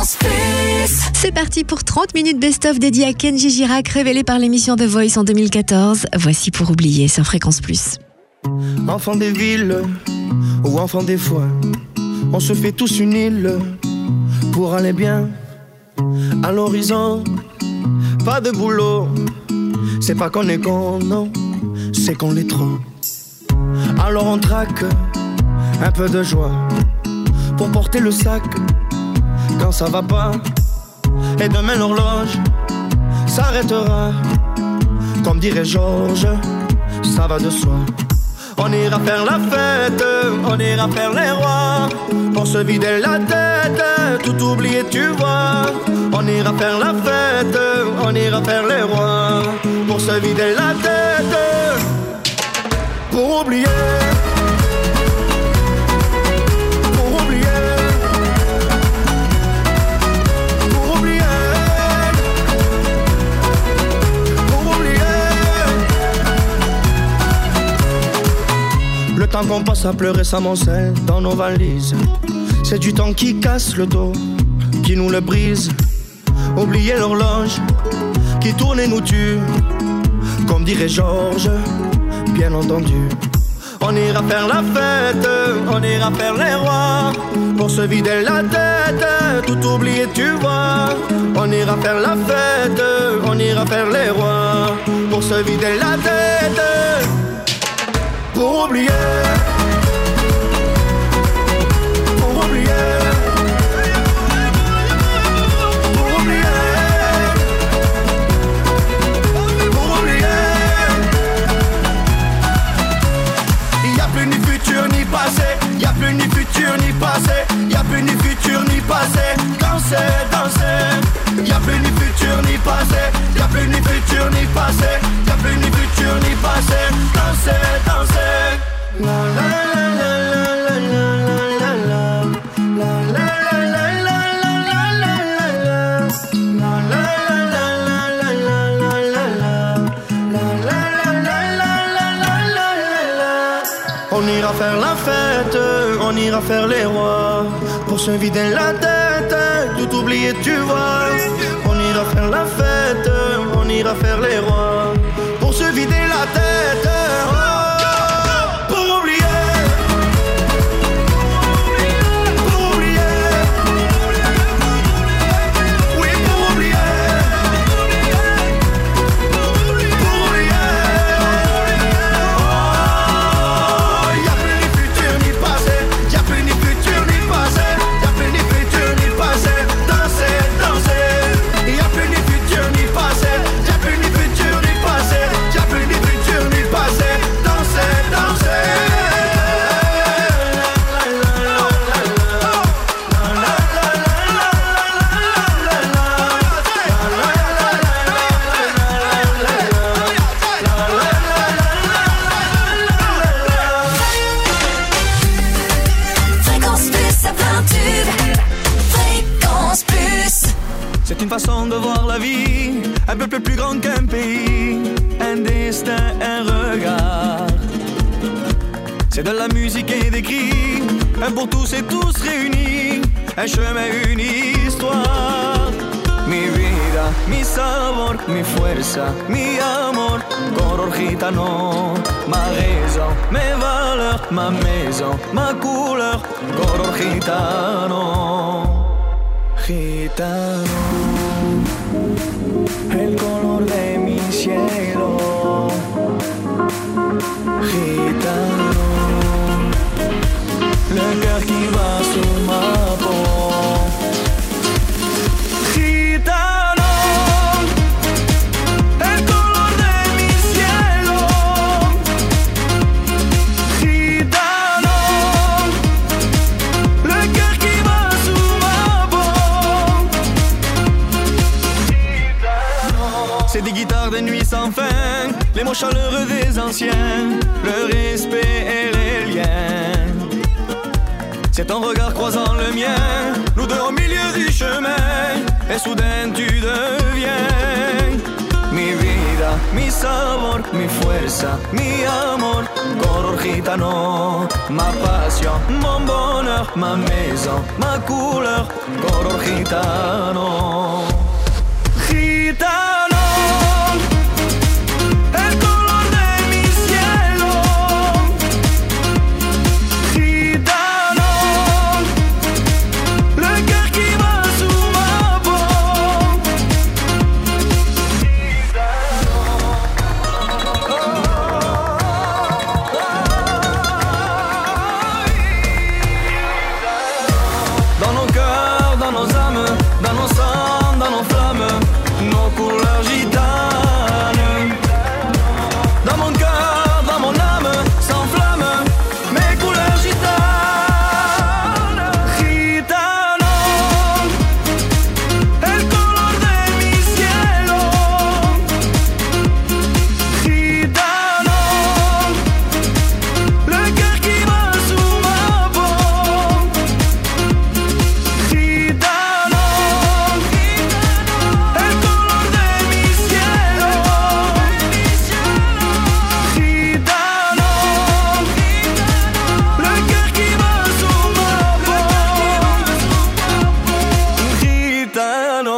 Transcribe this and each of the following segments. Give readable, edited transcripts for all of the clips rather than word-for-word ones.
Fréquence Plus. C'est parti pour 30 minutes best-of dédié à Kenji Girac, révélé par l'émission The Voice en 2014. Voici Pour oublier sur Fréquence Plus. Enfant des villes ou enfant des foins, on se fait tous une île pour aller bien à l'horizon. Pas de boulot, c'est pas qu'on est con, non, c'est qu'on l'est trop. Alors on traque un peu de joie pour porter le sac quand ça va pas. Et demain l'horloge s'arrêtera. Comme dirait Georges, ça va de soi. On ira faire la fête, on ira faire les rois, pour se vider la tête, tout oublier tu vois. On ira faire la fête, on ira faire les rois, pour se vider la tête, pour oublier. Le temps qu'on passe à pleurer s'amoncelle dans nos valises. C'est du temps qui casse le dos, qui nous le brise. Oublier l'horloge qui tourne et nous tue. Comme dirait Georges, bien entendu. On ira faire la fête, on ira faire les rois, pour se vider la tête, tout oublier tu vois. On ira faire la fête, on ira faire les rois, pour se vider la tête, pour oublier. Pour oublier. Pour oublier. Pour oublier. Il n'y a plus ni futur ni passé. Il n'y a plus ni futur ni passé. Il n'y a plus ni futur ni passé. Danser, danser. Il n'y a plus ni futur ni passé. Il n'y a plus ni futur ni passé. Il n'y a plus ni futur ni passé. Danser, danser. La la la la la la la la. La la la la la la la la. La la la la la la la. La la la la la la. On ira faire la fête, on ira faire les rois, pour se vider la tête, tout oublier tu vois. On ira faire la fête, on ira faire les rois, pour se vider la tête, pour oublier. Pour oublier. Oui, pour oublier. Pour oublier. Y a plus ni futur ni passé, y a plus ni futur ni passé, y a plus ni futur ni passé. Danser, danser. Y a plus ni futur ni passé, y a plus ni futur ni passé, y a plus ni futur ni passé. Danser, danser. Fréquence Plus, ça plein tube. Fréquence Plus. C'est une façon de voir la vie, un peuple plus grand qu'un pays, un destin, un regard. C'est de la musique et des cris, un pour tous et tous réunis, un chemin, une histoire. Mi vida, mi sabor, mi fuerza, mi amor, color gitano. Ma raison, mes valeurs, ma maison, ma couleur, color gitano. Gitano, el color de mi cielo. Gitano, le cœur qui bat sous ma peau. Gitano, el color de mi cielo. Gitano, le cœur qui bat sous ma peau. C'est des guitares de nuit sans fin, les mots chaleureux des anciens, le respect et les liens. C'est ton regard croisant le mien, nous deux au milieu du chemin, et soudain tu deviens mi vida, mi sabor, mi fuerza, mi amor, color gitano, ma passion, mon bonheur, ma maison, ma couleur, color gitano. Gitano, el color de mi cielo. Gitano, le cœur qui bat sous ma peau. Dans nos cœurs, dans nos âmes, dans nos sangs, dans nos flammes, nos couleurs gitanes. Dans mon cœur, dans mon âme, s'enflamme mes couleurs gitanes. Gitano, el color de mi cielo. Gitano, le cœur qui bat sous ma peau. Gitano, el color de mi cielo. Gitano, le cœur qui bat sous ma peau. Gitano.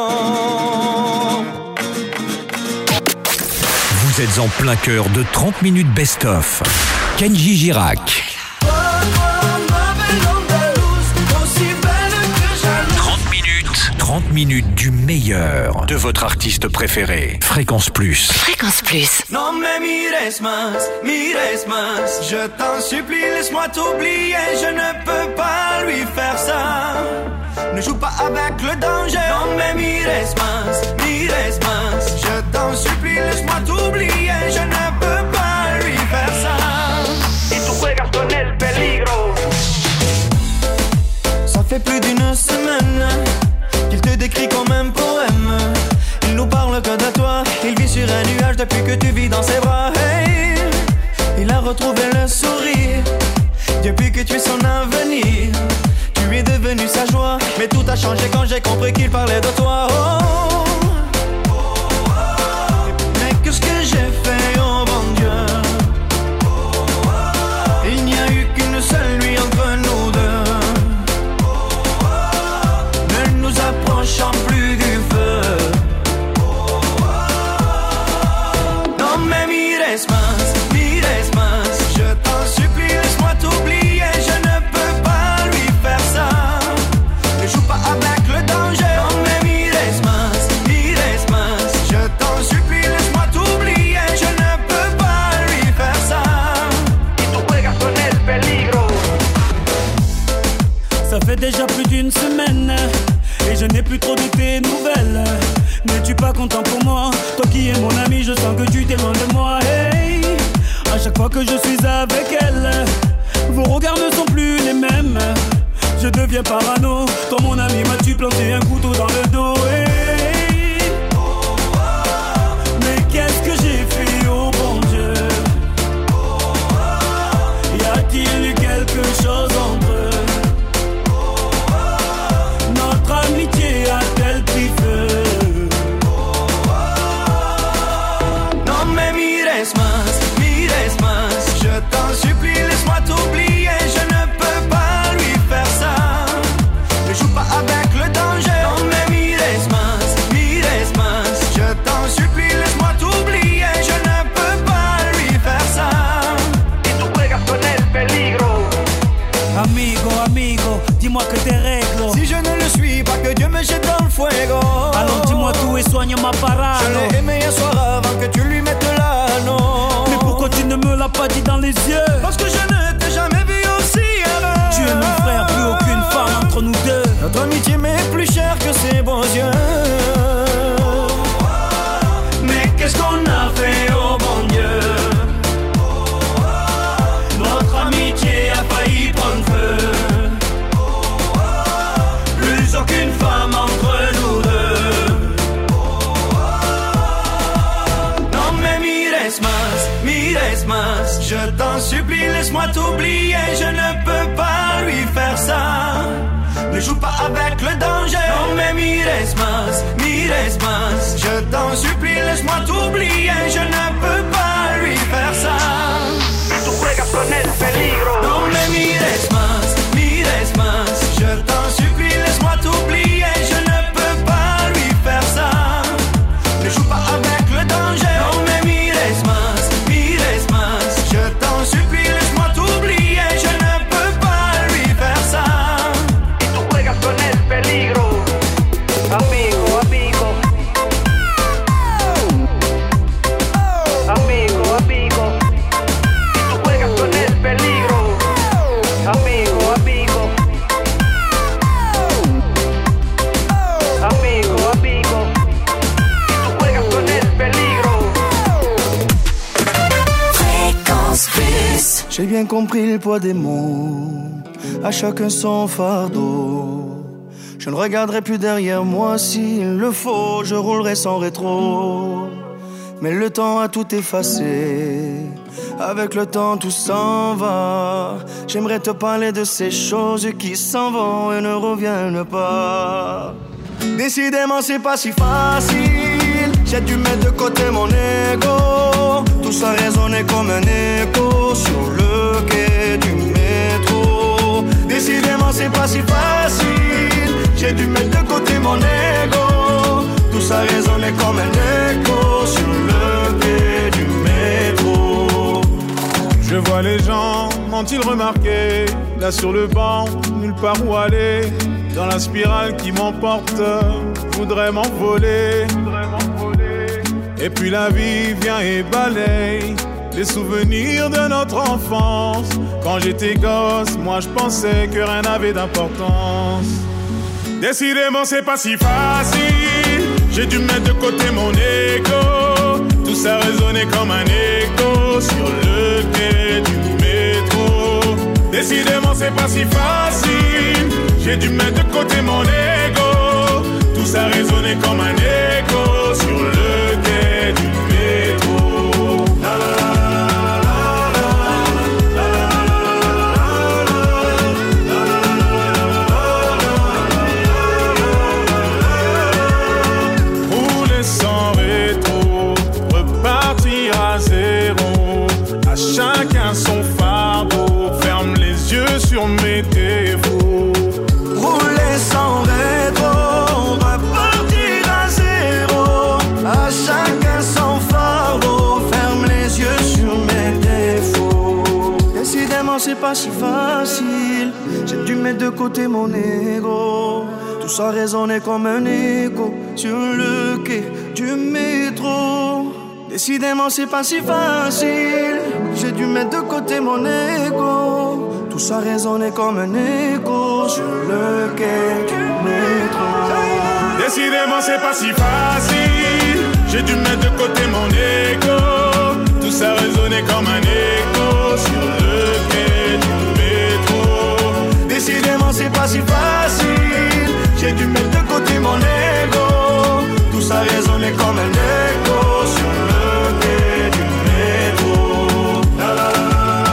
Vous êtes en plein cœur de 30 minutes best-of. Kenji Girac. 30 minutes du meilleur de votre artiste préféré. Fréquence Plus. Fréquence Plus. Non mais mires más, je t'en supplie, laisse-moi t'oublier, je ne peux pas lui faire ça. Ne joue pas avec le danger. Non mais mires más, je t'en supplie, laisse-moi t'oublier, je ne peux pas lui faire ça. Y tú juegas con el peligro. Ça fait plus d'une semaine qu'il te décrit comme un poème. Il nous parle que de toi, il vit sur un nuage depuis que tu vis dans ses bras. Hey, il a retrouvé le sourire depuis que tu es son avenir. Tu es devenu sa joie, mais tout a changé quand j'ai compris qu'il parlait de toi. Oh, mais qu'est-ce que j'ai fait, oh bon Dieu. Il n'y a eu qu'une seule nuit entre nous deux. Ne nous approchons plus du feu. Non mais mires más, je t'en supplie, laisse-moi t'oublier, je ne peux pas lui faire ça. Ne joue pas avec le danger. Non mais mires más, je t'en supplie, laisse-moi t'oublier, je ne peux pas lui faire ça. Y tú juegas con el peligro. Ça fait déjà plus d'une semaine et je n'ai plus trop de tes nouvelles. N'es-tu pas content pour moi? Toi qui es mon ami, je sens que tu t'es loin de moi. Hey, à chaque fois que je suis avec elle, vos regards ne sont plus les mêmes. Je deviens parano. Quand mon ami m'as-tu planté un couteau dans le dos? Hey, mais qu'est-ce que j'ai fait, oh bon Dieu? Y a-t-il eu quelque chose entre eux? Notre amitié a-t-elle pris feu? Non mais mires más, je t'en supplie, laisse-moi t'oublier, je ne peux pas lui faire ça. Ne joue pas avec le danger. Non mais mires más, je t'en supplie, laisse-moi t'oublier, je ne peux pas lui faire ça. Y tú juegas con el peligro. Amigo, dis-moi que t'es réglo. Si je ne le suis pas, que Dieu me jette dans le fuego. Alors dis-moi tout et soigne ma parano. Je l'ai aimé un soir avant que tu lui mettes l'anneau. Mais pourquoi tu ne me l'as pas dit dans les yeux? Parce que je ne t'ai jamais vu aussi heureux. Tu es mon frère, plus aucune femme entre nous deux. Notre amitié m'est plus chère que ses beaux yeux. Mais qu'est-ce qu'on a fait, oh bon Dieu? Notre amitié a failli prendre feu. Plus aucune femme entre nous deux. Non mais mires más, je t'en supplie, laisse-moi t'oublier, je ne peux pas lui faire ça. Ne joue pas avec le danger. Non mais mires más, je t'en supplie, laisse-moi t'oublier, je ne peux bien compris le poids des mots, à chacun son fardeau. Je ne regarderai plus derrière moi s'il le faut, je roulerai sans rétro. Mais le temps a tout effacé, avec le temps tout s'en va. J'aimerais te parler de ces choses qui s'en vont et ne reviennent pas. Décidément c'est pas si facile, j'ai dû mettre de côté mon ego. Tout ça résonnait comme un écho sur le quai du métro. Décidément c'est pas si facile, j'ai dû mettre de côté mon ego. Tout ça résonnait comme un écho sur le quai du métro. Je vois les gens, m'ont-ils remarqué? Là sur le banc, nulle part où aller. Dans la spirale qui m'emporte, voudrait m'envoler. Et puis la vie vient et balaye les souvenirs de notre enfance. Quand j'étais gosse, moi je pensais que rien n'avait d'importance. Décidément c'est pas si facile, j'ai dû mettre de côté mon ego. Tout ça résonnait comme un écho sur le quai du métro. Décidément c'est pas si facile, j'ai dû mettre de côté mon ego. Tout ça résonnait comme un écho sur le quai du métro. La la la. Chacun son fardeau, ferme les yeux sur mes défauts. Rouler sans rétro, repartir à zéro. À chacun son fardeau, ferme les yeux sur mes défauts. Décidément c'est pas si facile, j'ai dû mettre de côté mon ego. Tout ça résonnait comme un écho sur le quai du métro. Décidément c'est pas si facile, j'ai dû mettre de côté mon ego. Tout ça résonnait comme un écho sur le quai du métro. Décidément c'est pas si facile, j'ai dû mettre de côté mon ego. Tout ça résonnait comme un écho sur le quai du métro. Décidément c'est pas si facile, j'ai dû mettre de côté mon ego. Tout ça résonnait comme un écho sur le quai du métro. La la la.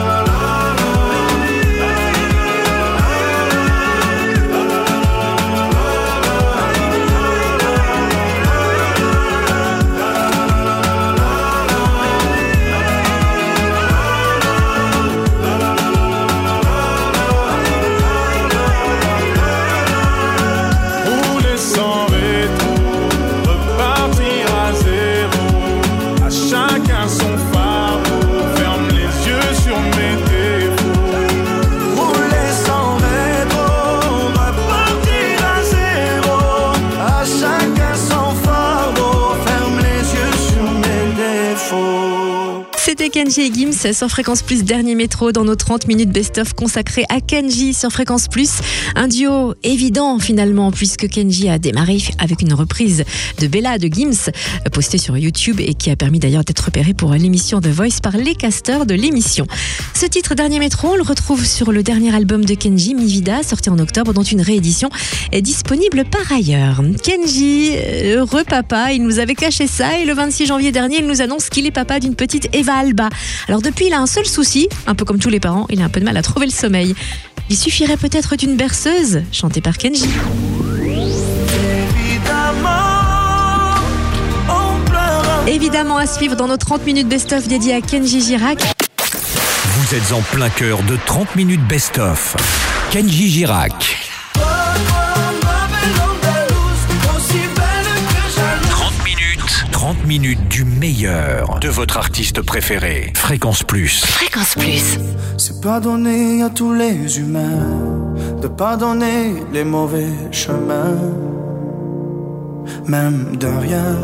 C'était Kenji et Gims sur Fréquence Plus, dernier métro dans nos 30 minutes best-of consacrées à Kenji sur Fréquence Plus. Un duo évident finalement, puisque Kenji a démarré avec une reprise de Bella de Gims, postée sur YouTube et qui a permis d'ailleurs d'être repéré pour l'émission The Voice par les casteurs de l'émission. Ce titre dernier métro, on le retrouve sur le dernier album de Kenji, Mi Vida, sorti en octobre, dont une réédition est disponible par ailleurs. Kenji, heureux papa, il nous avait caché ça et le 26 janvier dernier, il nous annonce qu'il est papa d'une petite Eva Alba. Alors depuis, il a un seul souci, un peu comme tous les parents, il a un peu de mal à trouver le sommeil. Il suffirait peut-être d'une berceuse, chantée par Kenji. Évidemment à suivre dans nos 30 minutes best-of dédiées à Kenji Girac. Vous êtes en plein cœur de 30 minutes best-of. Kenji Girac. 30 minutes du meilleur de votre artiste préféré. Fréquence Plus. Fréquence Plus. C'est pas donné à tous les humains de pardonner les mauvais chemins, même de rien.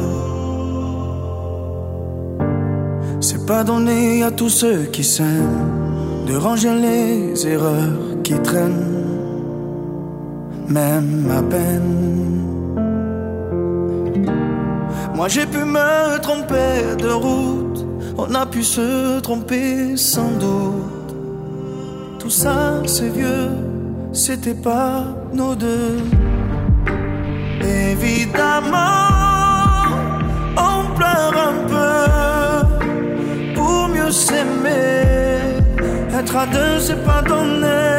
C'est pas donné à tous ceux qui s'aiment de ranger les erreurs qui traînent, même à peine. Moi j'ai pu me tromper de route, on a pu se tromper sans doute, Tout ça c'est vieux, c'était pas nos deux. Évidemment, on pleure un peu pour mieux s'aimer. Être à deux, c'est pas donné.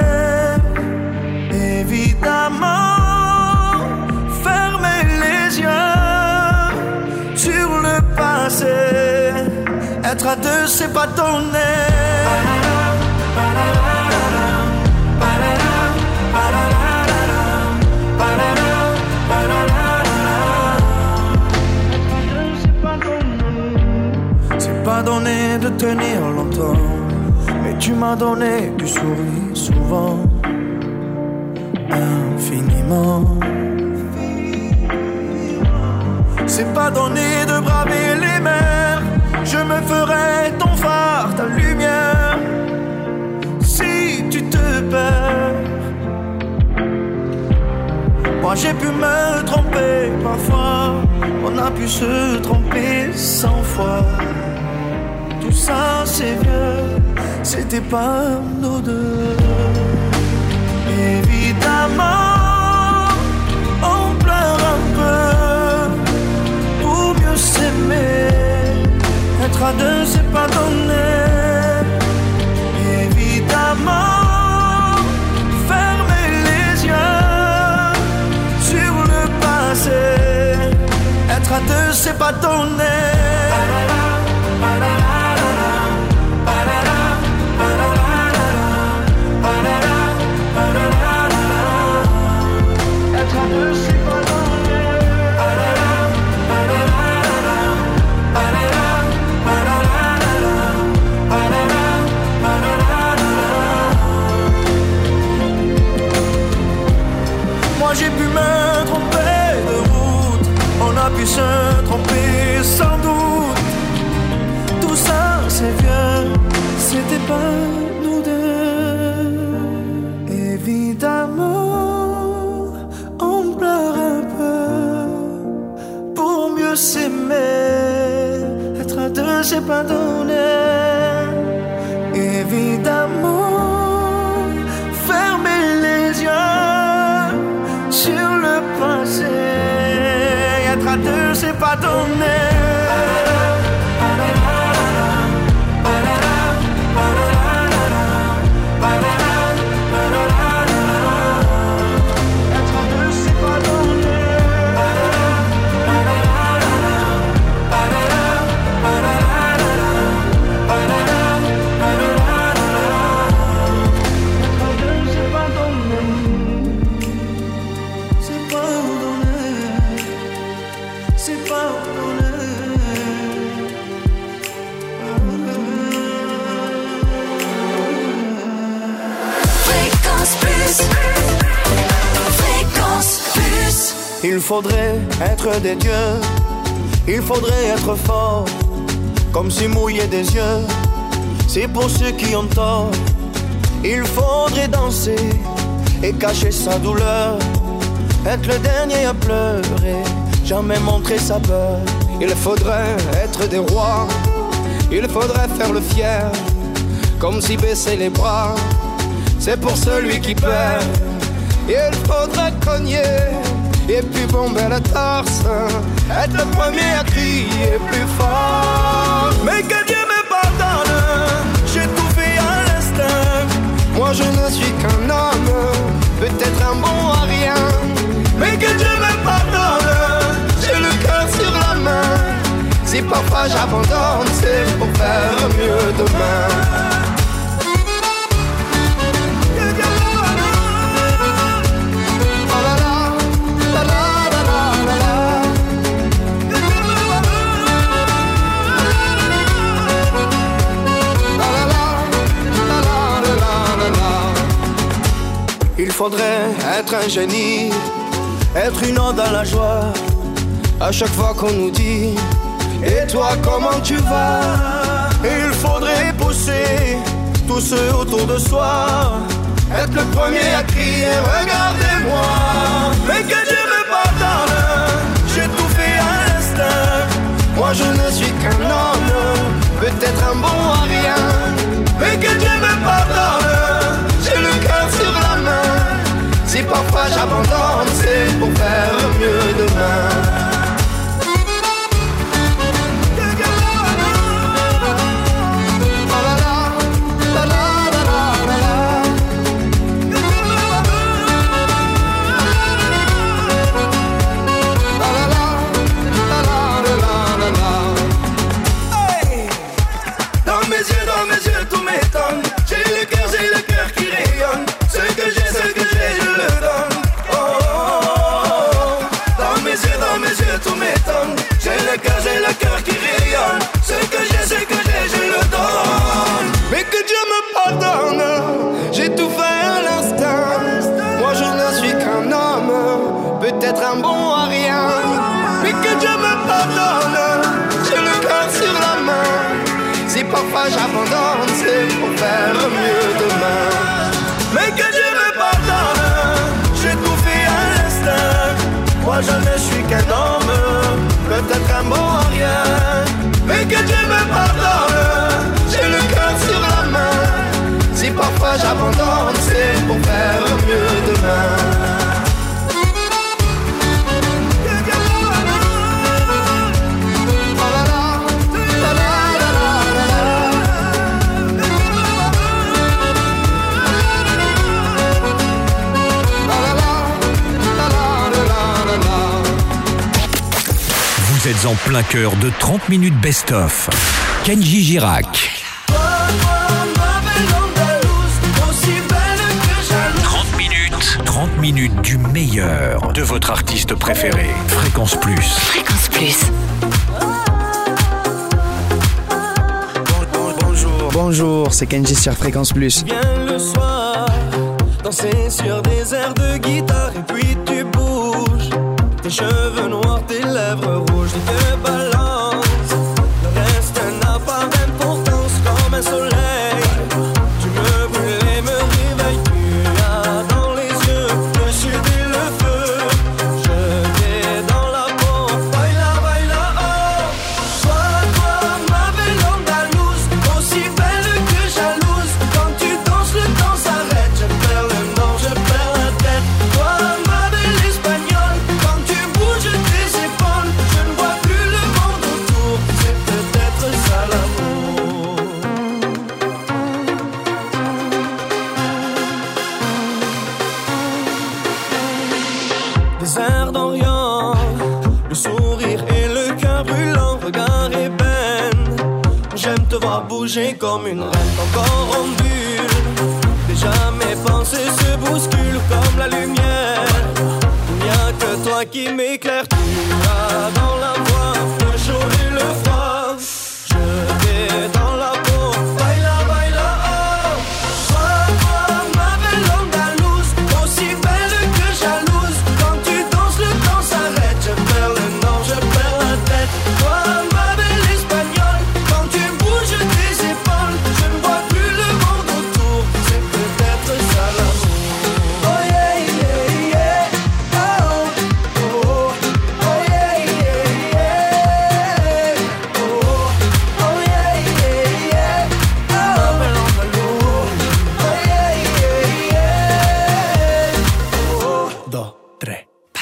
Évidemment, fermer les yeux sur le passé. Être à deux, c'est pas donné. C'est pas donné de tenir longtemps, mais tu m'as donné du sourire souvent, infiniment. C'est pas donné de braver les mers, je me ferai ton phare, ta lumière, si tu te perds. Moi j'ai pu me tromper parfois, on a pu se tromper 100 fois. Tout ça c'est vieux, c'était pas nos deux. Évidemment, on pleure un peu pour mieux s'aimer. Être à deux, c'est pas donné. Évidemment, fermer les yeux sur le passé. Être à deux, c'est pas donné. Moi j'ai pu me tromper de route, on a pu se tromper sans doute. Tout ça c'est vieux, c'était pas nous deux. Évidemment, on pleure un peu pour mieux s'aimer. Être à deux c'est pas donné. Évidemment, fermer les yeux sur le passé. Être à deux c'est pas donné. Il faudrait être des dieux, il faudrait être fort, comme si mouiller des yeux, c'est pour ceux qui ont tort. Il faudrait danser et cacher sa douleur, être le dernier à pleurer, jamais montrer sa peur. Il faudrait être des rois, il faudrait faire le fier, comme si baisser les bras, c'est pour celui qui perd. Il faudrait cogner et puis bomber la torse, être le premier à crier plus fort. Mais que Dieu me pardonne, j'ai tout fait à l'instinct. Moi je ne suis qu'un homme, peut-être un bon à rien. Mais que Dieu me pardonne, j'ai le cœur sur la main. Si parfois j'abandonne, c'est pour faire mieux demain. Il faudrait être un génie, être une onde à la joie. À chaque fois qu'on nous dit et toi comment tu vas? Il faudrait pousser tous ceux autour de soi, être le premier à crier regardez-moi. Mais que Dieu me pardonne, j'ai tout fait à l'instinct. Moi je ne suis qu'un homme, peut-être un bon à rien. Mais que Dieu me pardonne, un bon à rien. Mais que Dieu me pardonne, j'ai le cœur sur la main. Si parfois j'abandonne, c'est pour faire mieux demain. Mais que Dieu me pardonne, j'ai tout fait à l'instinct. Moi jamais je suis qu'un homme, peut-être un bon à rien. Mais que Dieu me pardonne, j'ai le cœur sur la main. Si parfois j'abandonne, c'est pour faire mieux demain. Vous êtes en plein cœur de 30 minutes best-of. Kenji Girac. 30 minutes du meilleur de votre artiste préféré. Fréquence Plus. Fréquence Plus. Bonjour, c'est Kenji sur Fréquence Plus. Viens le soir, danser sur des airs de guitare et puis tu bouges. Tes cheveux noirs, tes lèvres rouges, tu te balances. Le reste n'a pas d'importance comme un soleil. Tu me brûles et me réveilles, tu as dans les yeux le sud et le feu. Je t'ai dans la peau, baila, baila, oh. Toi, ma belle andalouse, aussi belle que jalouse. Quand tu danses, le temps s'arrête. Je perds le nord, je perds la tête. Toi, ma belle espagnole, quand tu bouges tes épaules, je ne vois plus le monde autour. C'est peut-être ça l'amour. Des airs d'Orient, le sourire et le cœur brûlant, regard ébène. J'aime te voir bouger comme une reine, ton corps en bulle. Déjà mes pensées se bousculent comme la lumière. Il n'y a que toi qui m'éclaire, tu as dans la voix le chaud et le froid. Je t'ai dans la peau, baila, baila, oh. Toi, ma belle andalouse, aussi belle que jalouse. Quand tu danses, le temps s'arrête. Je perds le nord, je perds la tête. Toi, ma belle espagnole, quand tu bouges tes épaules, je ne vois plus le monde autour. C'est peut-être ça l'amour. Oh yeah, yeah, yeah. Oh, oh, oh yeah, yeah, yeah. Oh, oh yeah, yeah, yeah. Ma belle andalouse. Oh yeah, yeah, yeah. Oh, 2, 3.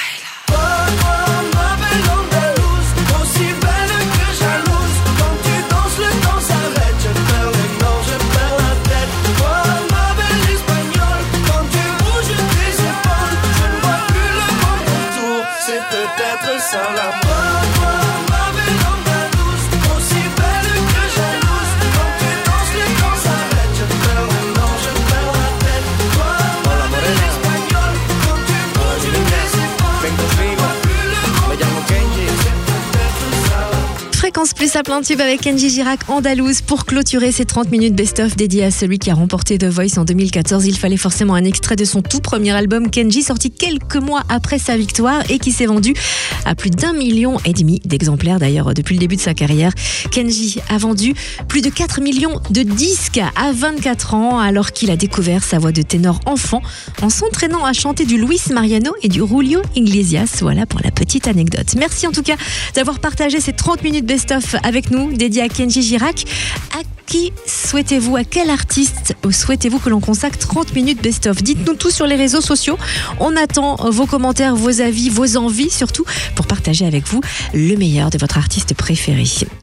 Ma belle andalouse, aussi belle que jalouse. Quand tu danses, le temps s'arrête. Je perds le nord, je perds la tête. Toi, ma belle espagnole, quand tu bouges tes épaules, je ne vois plus le monde autour. C'est peut-être ça la ma belle andalouse, aussi belle que jalouse. Quand tu danses, le temps s'arrête. Je perds le nord, je perds la tête. Toi, ma belle espagnole, quand tu bouges tes épaules, je ne vois plus le monde autour. C'est peut-être ça la Fréquence Plus à plein tube avec Kenji Girac Andalouse. Pour clôturer ces 30 minutes best-of dédiées à celui qui a remporté The Voice en 2014, il fallait forcément un extrait de son tout premier album Kenji, sorti quelques mois après sa victoire et qui s'est vendu à plus d'1,5 million d'exemplaires d'ailleurs depuis le début de sa carrière. Kenji a vendu plus de 4 millions de disques à 24 ans alors qu'il a découvert sa voix de ténor enfant en s'entraînant à chanter du Luis Mariano et du Julio Iglesias. Voilà pour la petite anecdote. Merci en tout cas d'avoir partagé ces 30 minutes best-of avec nous, dédiées à Kenji Girac. À qui souhaitez-vous, à quel artiste souhaitez-vous que l'on consacre 30 minutes best-of? Dites-nous tout sur les réseaux sociaux. On attend vos commentaires, vos avis, vos envies surtout pour partager avec vous le meilleur de votre artiste préféré.